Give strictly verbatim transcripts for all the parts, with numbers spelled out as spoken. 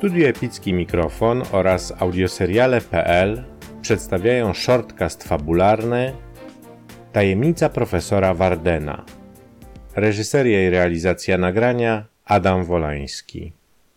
Studio Epicki Mikrofon oraz audioseriale kropka pe el przedstawiają shortcast fabularny Tajemnica profesora Wardena. Reżyseria i realizacja nagrania Adam Wolański.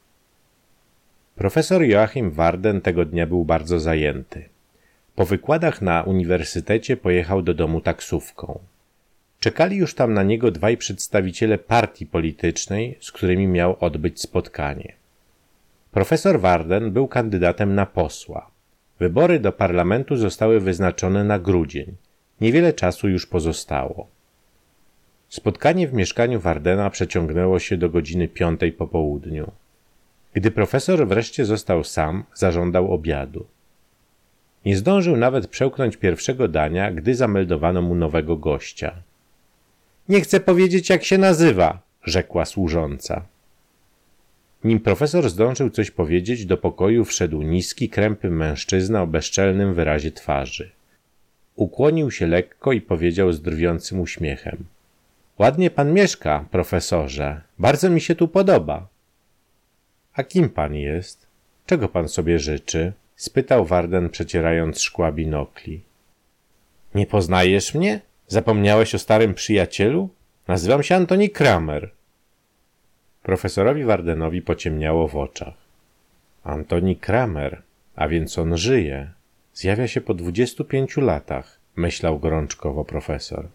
Profesor Joachim Warden tego dnia był bardzo zajęty. Po wykładach na uniwersytecie pojechał do domu taksówką. Czekali już tam na niego dwaj przedstawiciele partii politycznej, z którymi miał odbyć spotkanie. Profesor Warden był kandydatem na posła. Wybory do parlamentu zostały wyznaczone na grudzień. Niewiele czasu już pozostało. Spotkanie w mieszkaniu Wardena przeciągnęło się do godziny piątej po południu. Gdy profesor wreszcie został sam, zażądał obiadu. Nie zdążył nawet przełknąć pierwszego dania, gdy zameldowano mu nowego gościa. — Nie chcę powiedzieć, jak się nazywa — rzekła służąca. Nim profesor zdążył coś powiedzieć, do pokoju wszedł niski, krępy mężczyzna o bezczelnym wyrazie twarzy. Ukłonił się lekko i powiedział z drwiącym uśmiechem. — Ładnie pan mieszka, profesorze. Bardzo mi się tu podoba. — A kim pan jest? Czego pan sobie życzy? — spytał Warden, przecierając szkła binokli. — Nie poznajesz mnie? Zapomniałeś o starym przyjacielu? Nazywam się Antoni Kramer. Profesorowi Wardenowi pociemniało w oczach. Antoni Kramer, a więc on żyje. Zjawia się po dwudziestu pięciu latach, myślał gorączkowo profesor.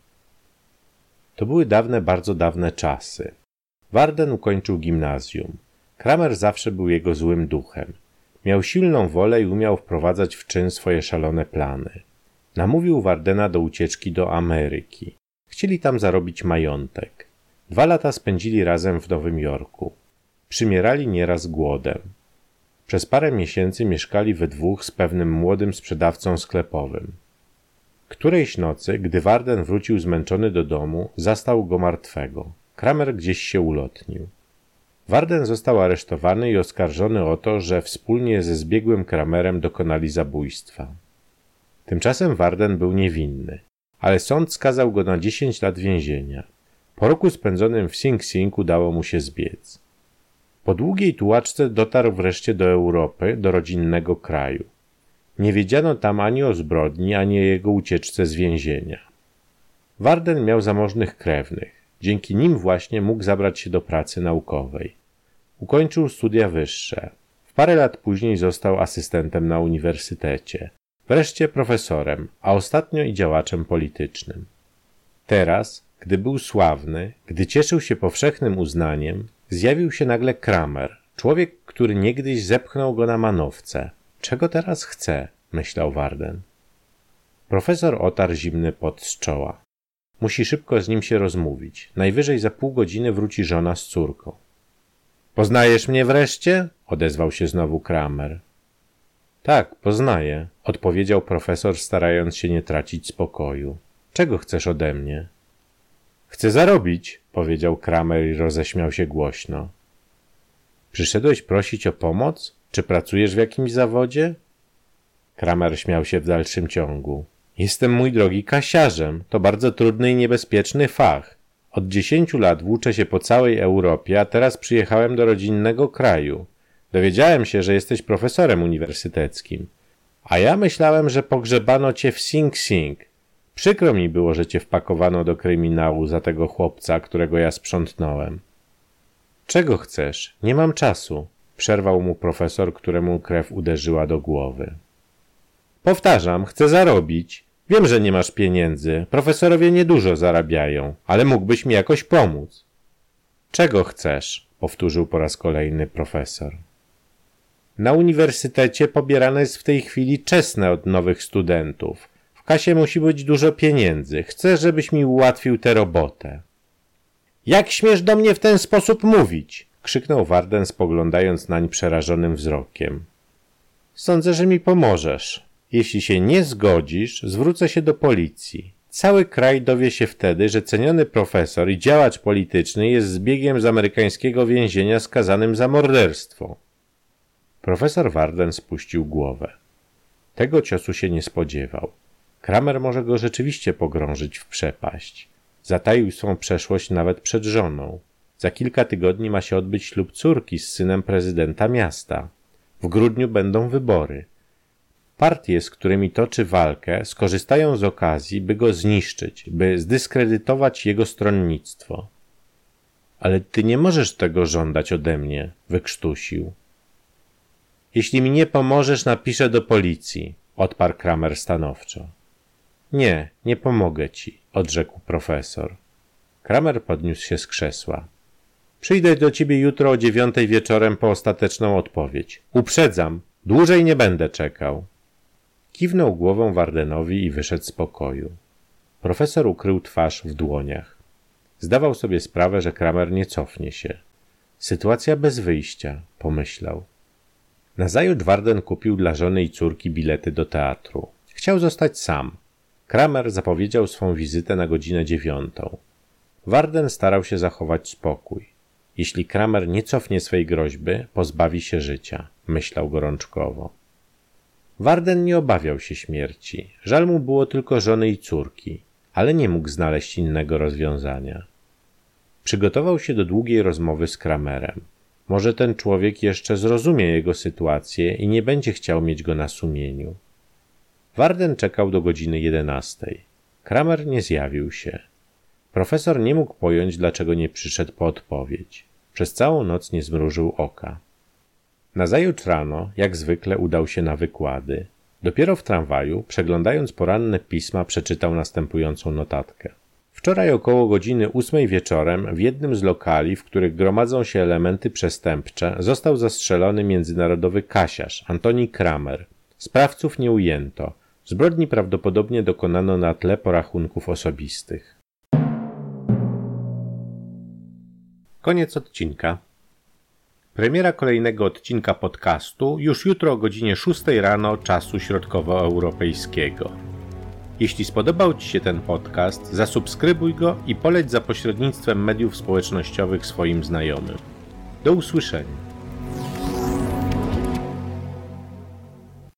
To były dawne, bardzo dawne czasy. Warden ukończył gimnazjum. Kramer zawsze był jego złym duchem. Miał silną wolę i umiał wprowadzać w czyn swoje szalone plany. Namówił Wardena do ucieczki do Ameryki. Chcieli tam zarobić majątek. Dwa lata spędzili razem w Nowym Jorku. Przymierali nieraz głodem. Przez parę miesięcy mieszkali we dwóch z pewnym młodym sprzedawcą sklepowym. Którejś nocy, gdy Warden wrócił zmęczony do domu, zastał go martwego. Kramer gdzieś się ulotnił. Warden został aresztowany i oskarżony o to, że wspólnie ze zbiegłym Kramerem dokonali zabójstwa. Tymczasem Warden był niewinny, ale sąd skazał go na dziesięć lat więzienia. Po roku spędzonym w Sing Sing udało mu się zbiec. Po długiej tułaczce dotarł wreszcie do Europy, do rodzinnego kraju. Nie wiedziano tam ani o zbrodni, ani o jego ucieczce z więzienia. Warden miał zamożnych krewnych. Dzięki nim właśnie mógł zabrać się do pracy naukowej. Ukończył studia wyższe. W parę lat później został asystentem na uniwersytecie. Wreszcie profesorem, a ostatnio i działaczem politycznym. Teraz, gdy był sławny, gdy cieszył się powszechnym uznaniem, zjawił się nagle Kramer, człowiek, który niegdyś zepchnął go na manowce. Czego teraz chce? Myślał Warden. Profesor otarł zimny pot z czoła. Musi szybko z nim się rozmówić. Najwyżej za pół godziny wróci żona z córką. — Poznajesz mnie wreszcie? — odezwał się znowu Kramer. — Tak, poznaję — odpowiedział profesor, starając się nie tracić spokoju. — Czego chcesz ode mnie? — Chcę zarobić — powiedział Kramer i roześmiał się głośno. — Przyszedłeś prosić o pomoc? Czy pracujesz w jakimś zawodzie? Kramer śmiał się w dalszym ciągu. — Jestem, mój drogi, kasiarzem. To bardzo trudny i niebezpieczny fach. Od dziesięciu lat włóczę się po całej Europie, a teraz przyjechałem do rodzinnego kraju. Dowiedziałem się, że jesteś profesorem uniwersyteckim. A ja myślałem, że pogrzebano cię w Sing Sing. Przykro mi było, że cię wpakowano do kryminału za tego chłopca, którego ja sprzątnąłem. — Czego chcesz? Nie mam czasu — przerwał mu profesor, któremu krew uderzyła do głowy. — Powtarzam, chcę zarobić. Wiem, że nie masz pieniędzy. Profesorowie niedużo zarabiają, ale mógłbyś mi jakoś pomóc. — Czego chcesz? — powtórzył po raz kolejny profesor. Na uniwersytecie pobierane jest w tej chwili czesne od nowych studentów. W kasie musi być dużo pieniędzy. Chcę, żebyś mi ułatwił tę robotę. — Jak śmiesz do mnie w ten sposób mówić? — krzyknął Warden, spoglądając nań przerażonym wzrokiem. — Sądzę, że mi pomożesz. Jeśli się nie zgodzisz, zwrócę się do policji. Cały kraj dowie się wtedy, że ceniony profesor i działacz polityczny jest zbiegiem z amerykańskiego więzienia skazanym za morderstwo. Profesor Warden spuścił głowę. Tego ciosu się nie spodziewał. Kramer może go rzeczywiście pogrążyć w przepaść. Zataił swą przeszłość nawet przed żoną. Za kilka tygodni ma się odbyć ślub córki z synem prezydenta miasta. W grudniu będą wybory. Partie, z którymi toczy walkę, skorzystają z okazji, by go zniszczyć, by zdyskredytować jego stronnictwo. Ale ty nie możesz tego żądać ode mnie, wykrztusił. Jeśli mi nie pomożesz, napiszę do policji, odparł Kramer stanowczo. Nie, nie pomogę ci, odrzekł profesor. Kramer podniósł się z krzesła. Przyjdę do ciebie jutro o dziewiątej wieczorem po ostateczną odpowiedź. Uprzedzam, dłużej nie będę czekał. Kiwnął głową Wardenowi i wyszedł z pokoju. Profesor ukrył twarz w dłoniach. Zdawał sobie sprawę, że Kramer nie cofnie się. Sytuacja bez wyjścia, pomyślał. Nazajutrz Warden kupił dla żony i córki bilety do teatru. Chciał zostać sam. Kramer zapowiedział swą wizytę na godzinę dziewiątą. Warden starał się zachować spokój. Jeśli Kramer nie cofnie swej groźby, pozbawi się życia, myślał gorączkowo. Warden nie obawiał się śmierci. Żal mu było tylko żony i córki, ale nie mógł znaleźć innego rozwiązania. Przygotował się do długiej rozmowy z Kramerem. Może ten człowiek jeszcze zrozumie jego sytuację i nie będzie chciał mieć go na sumieniu. Warden czekał do godziny jedenastej. Kramer nie zjawił się. Profesor nie mógł pojąć, dlaczego nie przyszedł po odpowiedź. Przez całą noc nie zmrużył oka. Nazajutrz rano, jak zwykle, udał się na wykłady. Dopiero w tramwaju, przeglądając poranne pisma, przeczytał następującą notatkę. Wczoraj około godziny ósmej wieczorem w jednym z lokali, w których gromadzą się elementy przestępcze, został zastrzelony międzynarodowy kasiarz Antoni Kramer. Sprawców nie ujęto. Zbrodni prawdopodobnie dokonano na tle porachunków osobistych. Koniec odcinka. Premiera kolejnego odcinka podcastu już jutro o godzinie szóstej rano czasu środkowoeuropejskiego. Jeśli spodobał Ci się ten podcast, zasubskrybuj go i poleć za pośrednictwem mediów społecznościowych swoim znajomym. Do usłyszenia.